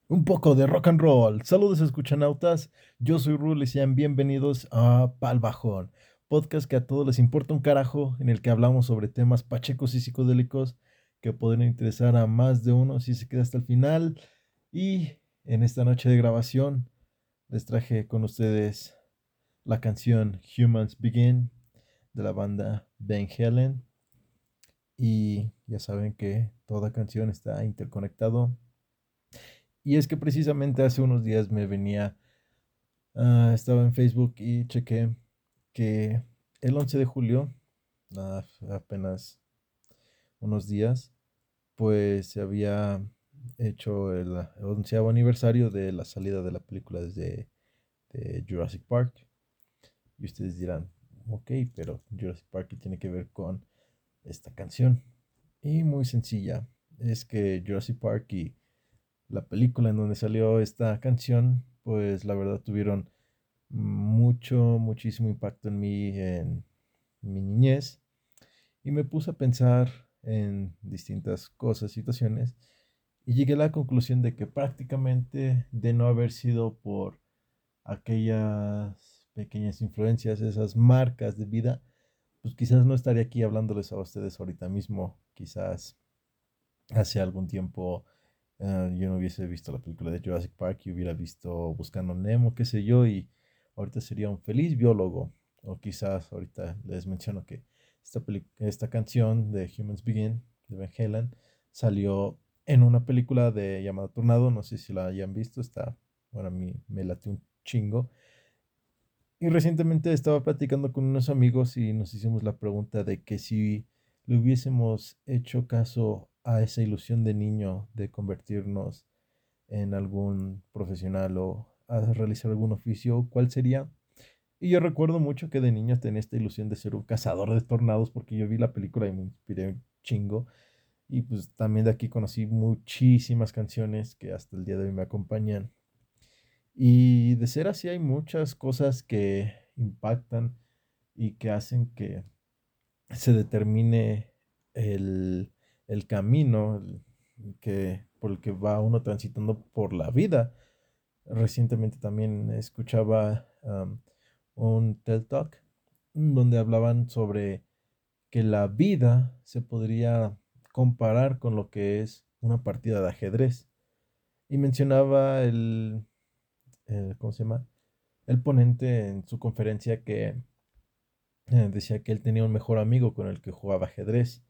Un poco de rock and roll. Saludos, escuchanautas. Yo soy Rul y sean bienvenidos a Pal Bajón, podcast que a todos les importa un carajo, en el que hablamos sobre temas pachecos y psicodélicos que pueden interesar a más de uno si se queda hasta el final. Y en esta noche de grabación les traje con ustedes la canción Humans Begin de la banda Van Halen. Y ya saben que toda canción está interconectado. Y es que precisamente hace unos días estaba en Facebook y chequé que el 11 de julio, apenas unos días, pues se había hecho el 11º aniversario de la salida de la película de Jurassic Park. Y ustedes dirán, ok, pero Jurassic Park, ¿qué tiene que ver con esta canción? Y muy sencilla, es que Jurassic Park y la película en donde salió esta canción, pues la verdad tuvieron muchísimo impacto en mí en mi niñez, y me puse a pensar en distintas cosas, situaciones, y llegué a la conclusión de que prácticamente de no haber sido por aquellas pequeñas influencias, esas marcas de vida, pues quizás no estaría aquí hablándoles a ustedes ahorita mismo. Quizás hace algún tiempo yo no hubiese visto la película de Jurassic Park y hubiera visto Buscando Nemo, qué sé yo, y ahorita sería un feliz biólogo. O quizás ahorita les menciono que esta canción de Humans Begin de Van Halen salió en una película llamada Tornado, no sé si la hayan visto, está, bueno, a mí me late un chingo. Y recientemente estaba platicando con unos amigos y nos hicimos la pregunta de que si le hubiésemos hecho caso a esa ilusión de niño de convertirnos en algún profesional o a realizar algún oficio, ¿cuál sería? Y yo recuerdo mucho que de niño tenía esta ilusión de ser un cazador de tornados porque yo vi la película y me inspiré un chingo. Y pues también de aquí conocí muchísimas canciones que hasta el día de hoy me acompañan. Y de ser así hay muchas cosas que impactan y que hacen que se determine el camino por el que va uno transitando por la vida. Recientemente también escuchaba un TED Talk donde hablaban sobre que la vida se podría comparar con lo que es una partida de ajedrez. Y mencionaba ¿cómo se llama? El ponente en su conferencia que decía que él tenía un mejor amigo con el que jugaba ajedrez.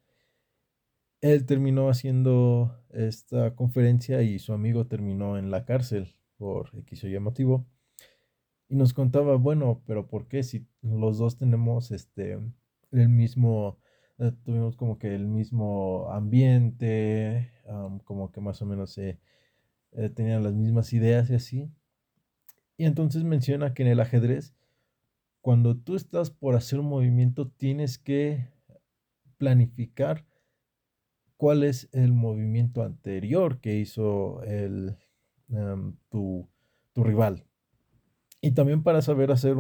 Él terminó haciendo esta conferencia y su amigo terminó en la cárcel por X o Y motivo. Y nos contaba, bueno, pero ¿por qué si los dos tenemos el mismo, tuvimos como que el mismo ambiente, como que más o menos tenían las mismas ideas y así? Y entonces menciona que en el ajedrez, cuando tú estás por hacer un movimiento, tienes que planificar cuál es el movimiento anterior que hizo tu rival. Y también para saber hacer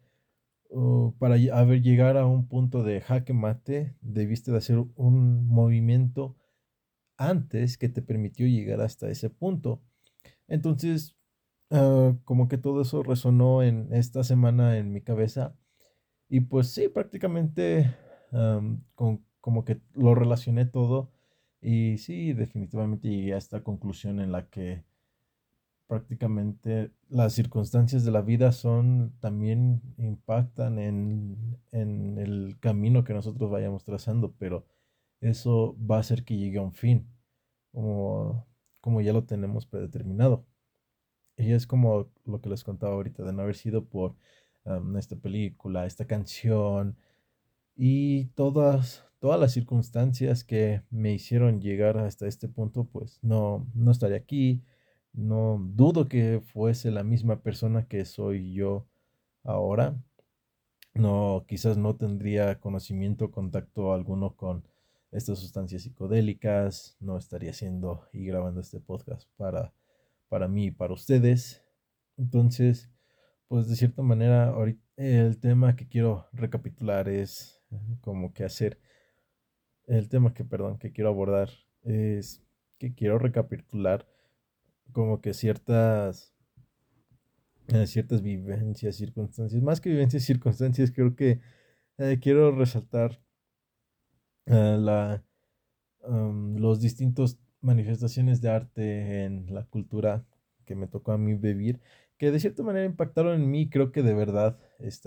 llegar a un punto de jaque mate, debiste de hacer un movimiento antes que te permitió llegar hasta ese punto. Entonces, como que todo eso resonó en esta semana en mi cabeza. Y pues sí, prácticamente como que lo relacioné todo. Y sí, definitivamente llegué a esta conclusión en la que prácticamente las circunstancias de la vida también impactan en el camino que nosotros vayamos trazando, pero eso va a hacer que llegue a un fin, como, como ya lo tenemos predeterminado. Y es como lo que les contaba ahorita, de no haber sido por esta película, esta canción y todas las circunstancias que me hicieron llegar hasta este punto, pues no estaría aquí. No dudo que fuese la misma persona que soy yo ahora. No, quizás no tendría conocimiento, contacto alguno con estas sustancias psicodélicas. No estaría haciendo y grabando este podcast para mí y para ustedes. Entonces, pues de cierta manera, ahorita el tema que quiero recapitular es como que hacer, el tema que, perdón, que quiero abordar es que quiero recapitular como que ciertas vivencias, circunstancias, más que vivencias, circunstancias, creo que quiero resaltar la, los distintos manifestaciones de arte en la cultura que me tocó a mí vivir, que de cierta manera impactaron en mí. Creo que de verdad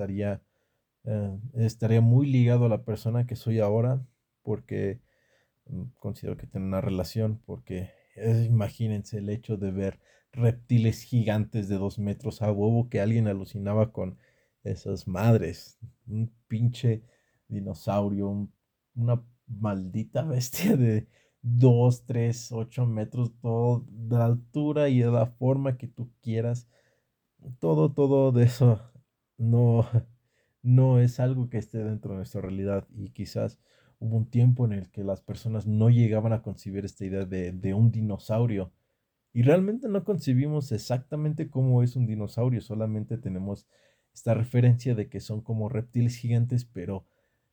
estaría muy ligado a la persona que soy ahora, porque considero que tiene una relación, porque imagínense el hecho de ver reptiles gigantes de 2 metros a huevo que alguien alucinaba con esas madres, un pinche dinosaurio, una maldita bestia de 2, 3, 8 metros, todo de la altura y de la forma que tú quieras, todo de eso no, no es algo que esté dentro de nuestra realidad, y quizás hubo un tiempo en el que las personas no llegaban a concebir esta idea de un dinosaurio, y realmente no concebimos exactamente cómo es un dinosaurio, solamente tenemos esta referencia de que son como reptiles gigantes, pero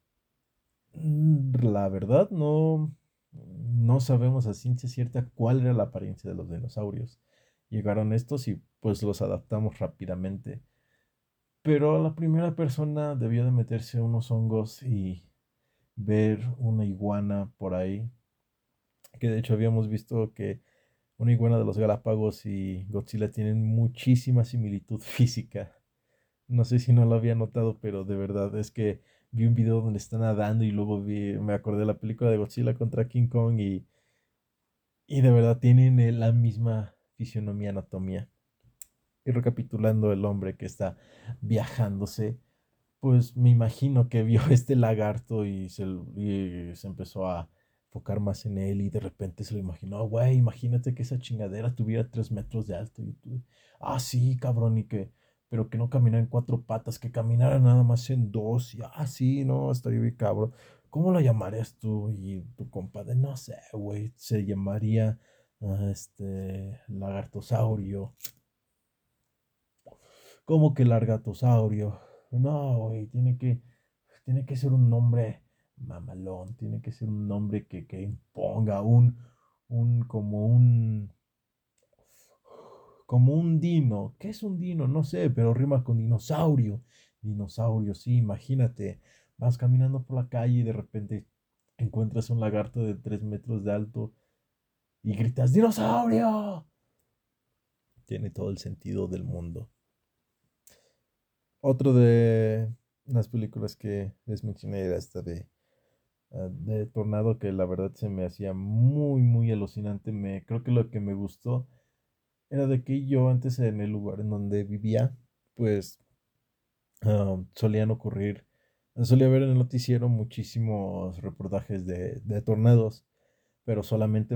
la verdad no sabemos a ciencia cierta cuál era la apariencia de los dinosaurios. Llegaron estos y pues los adaptamos rápidamente. Pero la primera persona debió de meterse unos hongos y ver una iguana por ahí, que de hecho habíamos visto que una iguana de los Galápagos y Godzilla tienen muchísima similitud física. No sé si no lo había notado, pero de verdad es que vi un video donde están nadando y luego me acordé de la película de Godzilla contra King Kong, y de verdad tienen la misma fisionomía, anatomía. Y recapitulando, el hombre que está viajándose, pues me imagino que vio este lagarto y se empezó a enfocar más en él, y de repente se lo imaginó: güey, imagínate que esa chingadera tuviera 3 metros de alto. Y tú, sí, cabrón, pero que no caminara en 4 patas, que caminara nada más en dos. Y sí, no, estaría bien, cabrón. ¿Cómo lo llamarías tú y tu compadre? No sé, güey, se llamaría lagartosaurio. ¿Cómo que largatosaurio? No, güey, tiene que ser un nombre mamalón, tiene que ser un nombre que imponga como un dino. ¿Qué es un dino? No sé, pero rima con dinosaurio. Dinosaurio, sí, imagínate. Vas caminando por la calle y de repente encuentras un lagarto de 3 metros de alto y gritas: ¡Dinosaurio! Tiene todo el sentido del mundo. Otro de las películas que les mencioné era esta de Tornado, que la verdad se me hacía muy, muy alucinante. Creo que lo que me gustó era de que yo antes, en el lugar en donde vivía, pues solían ocurrir, solía ver en el noticiero muchísimos reportajes de tornados, pero solamente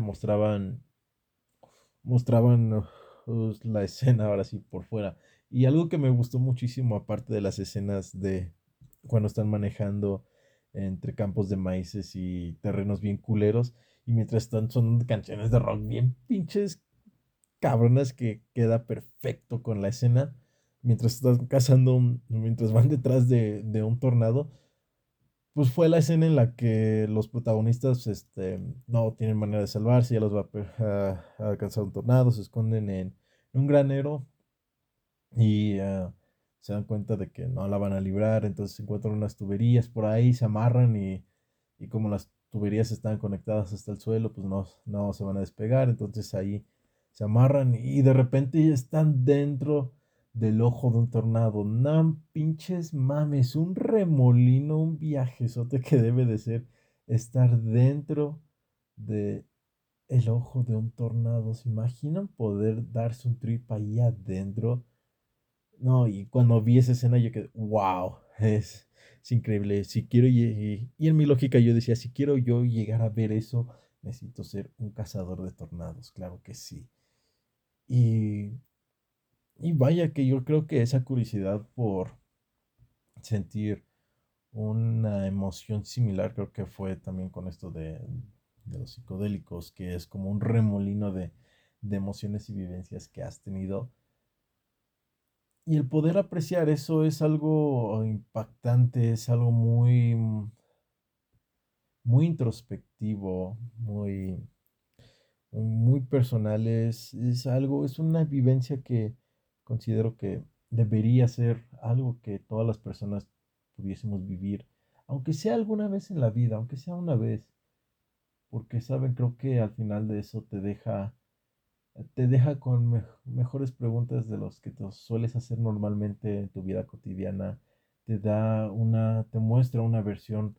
mostraban la escena ahora sí por fuera. Y algo que me gustó muchísimo, aparte de las escenas de cuando están manejando entre campos de maíces y terrenos bien culeros, y mientras están sonando canciones de rock bien pinches cabronas, que queda perfecto con la escena, mientras están cazando, mientras van detrás de un tornado. Pues fue la escena en la que los protagonistas no tienen manera de salvarse, ya los va a alcanzar un tornado, se esconden en un granero y se dan cuenta de que no la van a librar, entonces encuentran unas tuberías por ahí, se amarran, y como las tuberías están conectadas hasta el suelo, pues no se van a despegar, entonces ahí se amarran y de repente ya están dentro del ojo de un tornado. No pinches mames, un remolino, un viajezote que debe de ser estar dentro de el ojo de un tornado. ¿Se imaginan poder darse un trip ahí adentro? No, y cuando vi esa escena yo quedé: wow, es increíble. Si quiero, y en mi lógica yo decía: si quiero yo llegar a ver eso, necesito ser un cazador de tornados, claro que sí. Y, y vaya que yo creo que esa curiosidad por sentir una emoción similar, creo que fue también con esto de los psicodélicos, que es como un remolino de emociones y vivencias que has tenido. Y el poder apreciar eso es algo impactante, es algo muy, muy introspectivo, muy, muy personales. Es algo, es una vivencia que considero que debería ser algo que todas las personas pudiésemos vivir, aunque sea alguna vez en la vida, aunque sea una vez, porque saben, creo que al final de eso te deja con mejores preguntas de los que te sueles hacer normalmente en tu vida cotidiana, te muestra una versión,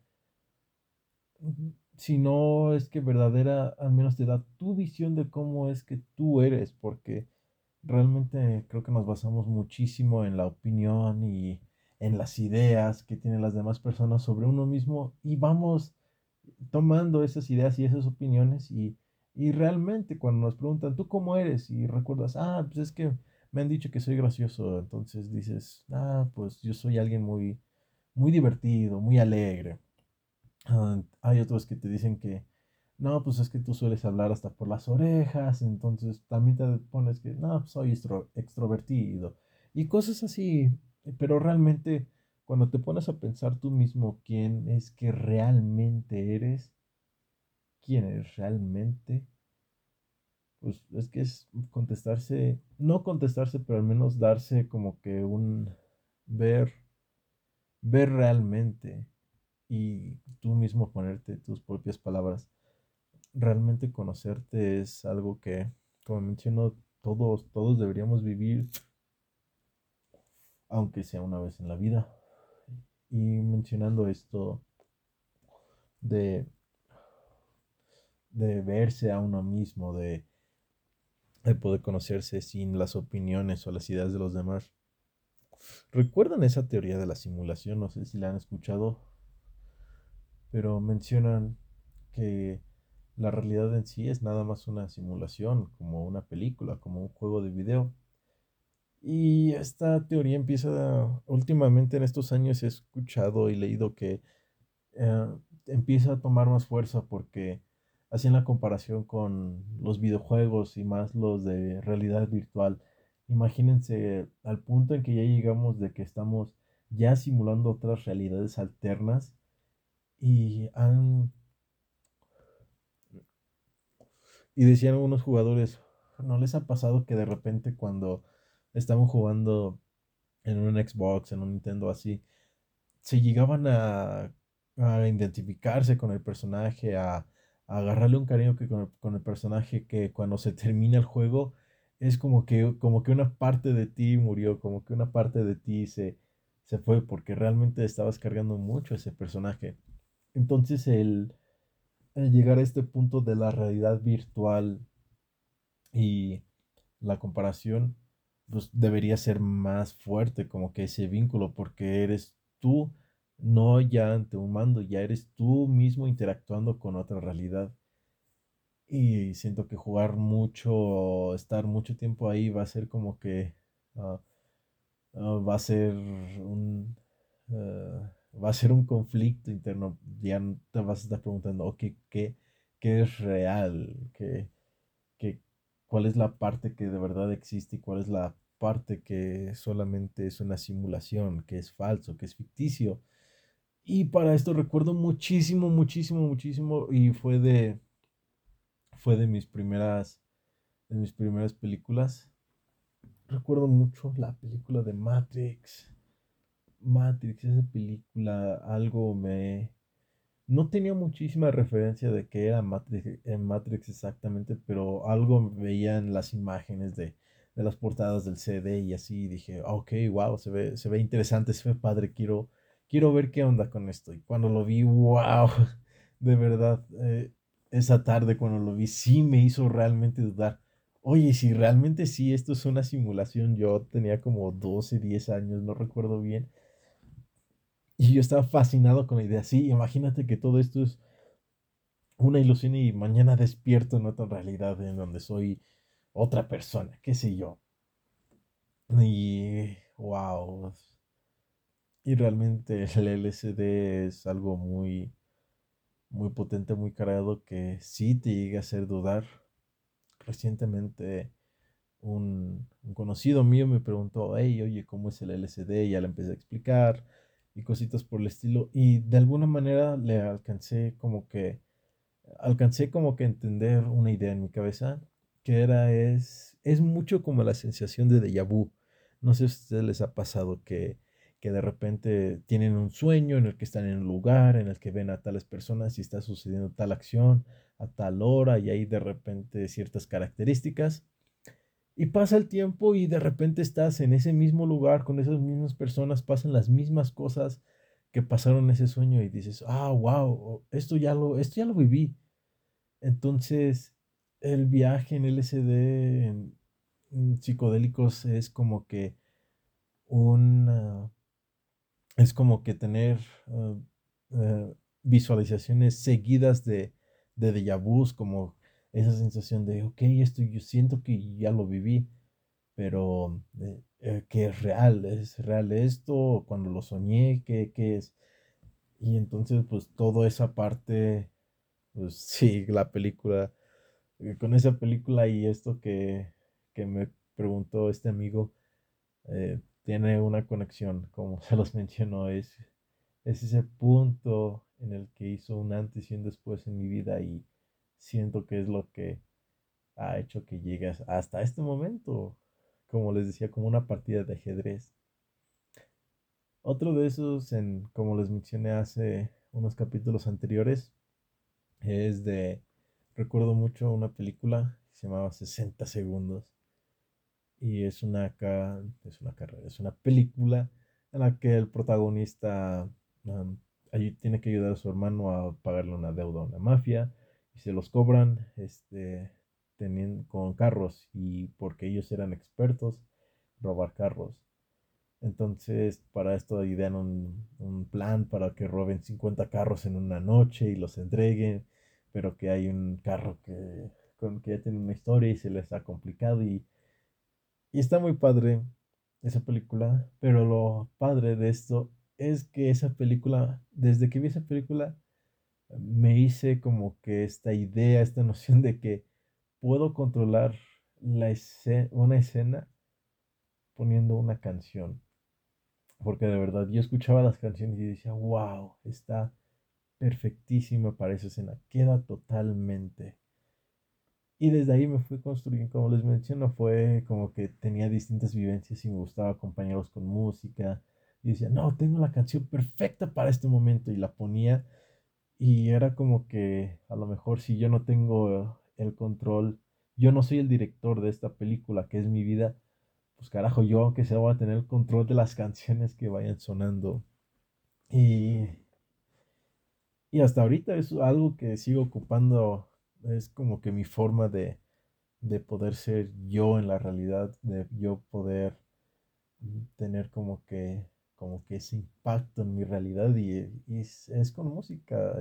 si no es que verdadera, al menos te da tu visión de cómo es que tú eres, porque realmente creo que nos basamos muchísimo en la opinión y en las ideas que tienen las demás personas sobre uno mismo y vamos tomando esas ideas y esas opiniones y realmente cuando nos preguntan, ¿tú cómo eres? Y recuerdas, pues es que me han dicho que soy gracioso, entonces dices, pues yo soy alguien muy, muy divertido, muy alegre. Hay otros que te dicen que, no, pues es que tú sueles hablar hasta por las orejas, entonces también te pones que, no, pues soy extrovertido y cosas así, pero realmente cuando te pones a pensar tú mismo quién es que realmente eres, quién eres realmente, pues es que es contestarse, no contestarse, pero al menos darse como que ver, ver realmente y tú mismo ponerte tus propias palabras. Realmente conocerte es algo que, como menciono, todos deberíamos vivir, aunque sea una vez en la vida. Y mencionando esto de, de verse a uno mismo, de poder conocerse sin las opiniones o las ideas de los demás. ¿Recuerdan esa teoría de la simulación? No sé si la han escuchado, pero mencionan que la realidad en sí es nada más una simulación, como una película, como un juego de video. Y esta teoría últimamente en estos años he escuchado y leído que eh, empieza a tomar más fuerza porque hacen la comparación con los videojuegos y más los de realidad virtual. Imagínense al punto en que ya llegamos de que estamos ya simulando otras realidades alternas y y decían algunos jugadores, ¿no les ha pasado que de repente cuando estaban jugando en un Xbox, en un Nintendo así, se llegaban a identificarse con el personaje, a agarrarle un cariño que con el personaje que cuando se termina el juego es como que una parte de ti murió, como que una parte de ti se fue porque realmente estabas cargando mucho ese personaje. Entonces el llegar a este punto de la realidad virtual y la comparación, pues debería ser más fuerte, como que ese vínculo, porque eres tú, no ya ante un mando, ya eres tú mismo interactuando con otra realidad. Y siento que jugar mucho, estar mucho tiempo ahí va a ser como que ah, va a ser va a ser un conflicto interno. Ya te vas a estar preguntando, ok, ¿qué es real? ¿Qué, cuál es la parte que de verdad existe y cuál es la parte que solamente es una simulación, que es falso, que es ficticio? Y para esto recuerdo muchísimo, muchísimo, muchísimo y fue de mis primeras películas. Recuerdo mucho la película de Matrix. Matrix, esa película, no tenía muchísima referencia de qué era Matrix, en Matrix exactamente, pero algo veía en las imágenes de las portadas del CD y así dije, ok, wow, se ve interesante, se ve padre, quiero ver qué onda con esto. Y cuando lo vi, wow, de verdad, esa tarde cuando lo vi, sí me hizo realmente dudar. Oye, si realmente sí, esto es una simulación, yo tenía como 12 10 años, no recuerdo bien. Y yo estaba fascinado con la idea. Sí, imagínate que todo esto es una ilusión y mañana despierto en otra realidad en donde soy otra persona, qué sé yo. Y wow. Y realmente el LSD es algo muy, muy potente, muy cargado que sí te llega a hacer dudar. Recientemente un conocido mío me preguntó, hey, oye, ¿cómo es el LSD? Y ya le empecé a explicar y cositas por el estilo. Y de alguna manera le alcancé como que alcancé como que a entender una idea en mi cabeza, que es mucho como la sensación de déjà vu. No sé si a ustedes les ha pasado que de repente tienen un sueño en el que están en un lugar, en el que ven a tales personas y está sucediendo tal acción a tal hora y hay de repente ciertas características. Y pasa el tiempo y de repente estás en ese mismo lugar con esas mismas personas, pasan las mismas cosas que pasaron en ese sueño y dices, ah, wow, esto ya lo viví. Entonces, el viaje en LSD, en psicodélicos, una, es como que tener visualizaciones seguidas de déjà vus, como esa sensación de, ok, esto yo siento que ya lo viví, pero que es real esto, cuando lo soñé, qué es. Y entonces, pues, toda esa parte, pues sí, la película con esa película y esto que me preguntó este amigo, tiene una conexión, como se los mencionó, es ese punto en el que hizo un antes y un después en mi vida y siento que es lo que ha hecho que llegues hasta este momento, como les decía, como una partida de ajedrez. Otro de esos, como les mencioné hace unos capítulos anteriores, es recuerdo mucho una película que se llamaba 60 segundos y es una película en la que el protagonista allí tiene que ayudar a su hermano a pagarle una deuda a una mafia y se los cobran teniendo, con carros y porque ellos eran expertos robar carros. Entonces, para esto idean un plan para que roben 50 carros en una noche y los entreguen, pero que hay un carro que ya tiene una historia y se les ha complicado y está muy padre esa película, pero lo padre de esto es que esa película, desde que vi esa película, me hice como que esta idea, esta noción de que puedo controlar una escena poniendo una canción. Porque de verdad yo escuchaba las canciones y decía, wow, está perfectísima para esa escena, queda totalmente. Y desde ahí me fui construyendo, como les menciono, fue como que tenía distintas vivencias y me gustaba acompañarlos con música. Y decía, no, tengo la canción perfecta para este momento y la ponía. Y era como que a lo mejor si yo no tengo el control, yo no soy el director de esta película que es mi vida, pues carajo, yo aunque sea voy a tener el control de las canciones que vayan sonando. Y, y hasta ahorita es algo que sigo ocupando, es como que mi forma de poder ser yo en la realidad, de yo poder tener como que ese impacto en mi realidad y es con música,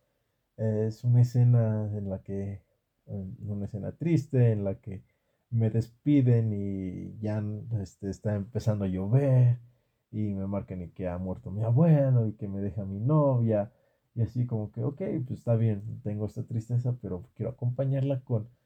es una escena en la que, una escena triste en la que me despiden y ya está empezando a llover y me marcan y que ha muerto mi abuelo y que me deja mi novia y así como que, ok, pues está bien, tengo esta tristeza, pero quiero acompañarla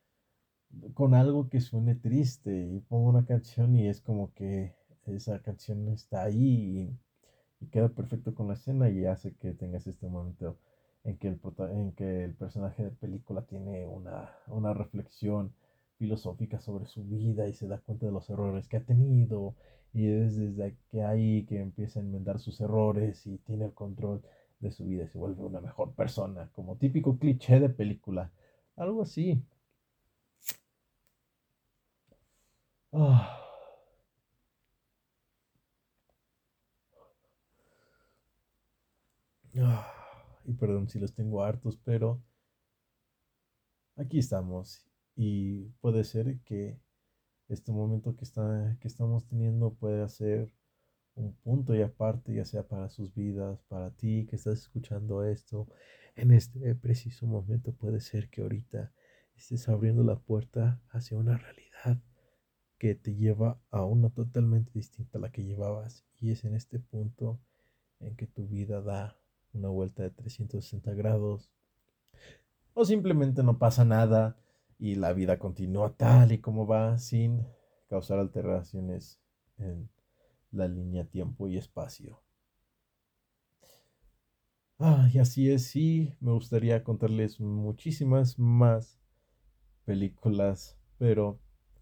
con algo que suene triste y pongo una canción y es como que esa canción está ahí y queda perfecto con la escena y hace que tengas este momento en que el personaje de película tiene una reflexión filosófica sobre su vida y se da cuenta de los errores que ha tenido y es desde que ahí que empieza a enmendar sus errores y tiene el control de su vida y se vuelve una mejor persona, como típico cliché de película, algo así. Ah, ah, y perdón si los tengo hartos, pero aquí estamos y puede ser que este momento que estamos teniendo puede ser un punto y aparte, ya sea para sus vidas, para ti que estás escuchando esto, en este preciso momento puede ser que ahorita estés abriendo la puerta hacia una realidad que te lleva a una totalmente distinta a la que llevabas y es en este punto en que tu vida da una vuelta de 360 grados o simplemente no pasa nada y la vida continúa tal y como va sin causar alteraciones en la línea tiempo y espacio. Y así es, sí, me gustaría contarles muchísimas más películas, pero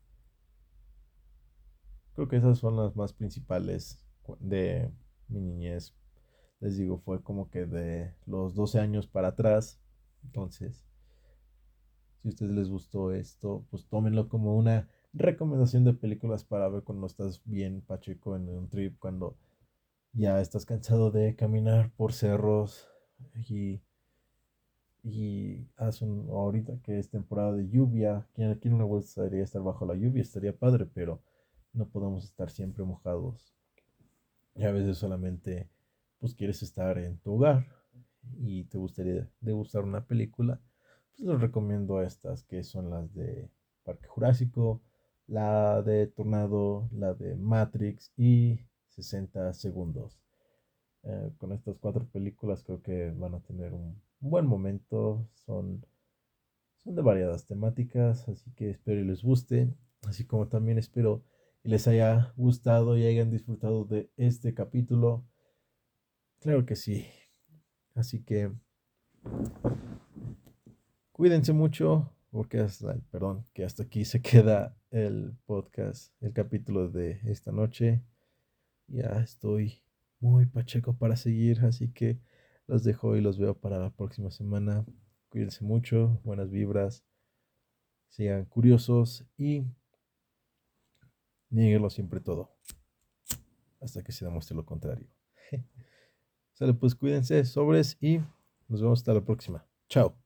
creo que esas son las más principales de mi niñez. Les digo, fue como que de los 12 años para atrás. Entonces, si a ustedes les gustó esto, pues tómenlo como una recomendación de películas para ver cuando estás bien pacheco en un trip, cuando ya estás cansado de caminar por cerros y, ahorita que es temporada de lluvia, aquí no le gustaría estar bajo la lluvia, estaría padre, pero no podemos estar siempre mojados. Y a veces solamente pues quieres estar en tu hogar y te gustaría degustar una película, pues les recomiendo estas que son las de Parque Jurásico, la de Tornado, la de Matrix y 60 segundos. Con estas cuatro películas creo que van a tener un buen momento. Son de variadas temáticas, así que espero y les guste, así como también espero y les haya gustado y hayan disfrutado de este capítulo. Claro que sí. Así que cuídense mucho, porque perdón, que hasta aquí se queda el podcast, el capítulo de esta noche. Ya estoy muy pacheco para seguir, así que los dejo y los veo para la próxima semana. Cuídense mucho, buenas vibras, sigan curiosos y nieguenlo siempre todo, hasta que se demuestre lo contrario. Sale, pues cuídense, sobres y nos vemos hasta la próxima. Chao.